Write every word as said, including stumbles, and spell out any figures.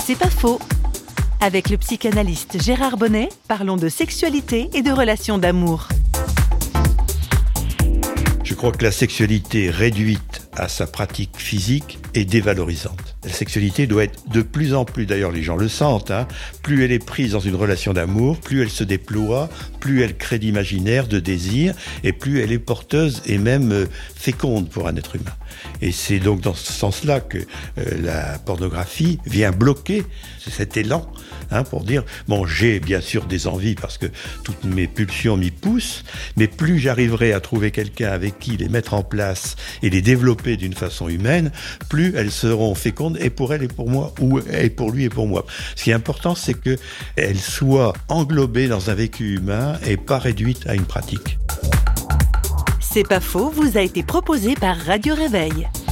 C'est pas faux. Avec le psychanalyste Gérard Bonnet, parlons de sexualité et de relations d'amour. Je crois que la sexualité réduite à sa pratique physique est dévalorisante. La sexualité doit être de plus en plus, d'ailleurs les gens le sentent, hein, plus elle est prise dans une relation d'amour, plus elle se déploie, plus elle crée d'imaginaire, de désir, et plus elle est porteuse et même euh, féconde pour un être humain. Et c'est donc dans ce sens-là que euh, la pornographie vient bloquer cet élan, hein, pour dire, bon, j'ai bien sûr des envies parce que toutes mes pulsions m'y poussent, mais plus j'arriverai à trouver quelqu'un avec qui les mettre en place et les développer d'une façon humaine, plus elles seront fécondes et pour elle et pour moi, ou et pour lui et pour moi. Ce qui est important, c'est qu'elles soient englobées dans un vécu humain et pas réduites à une pratique. C'est pas faux, vous a été proposé par Radio Réveil.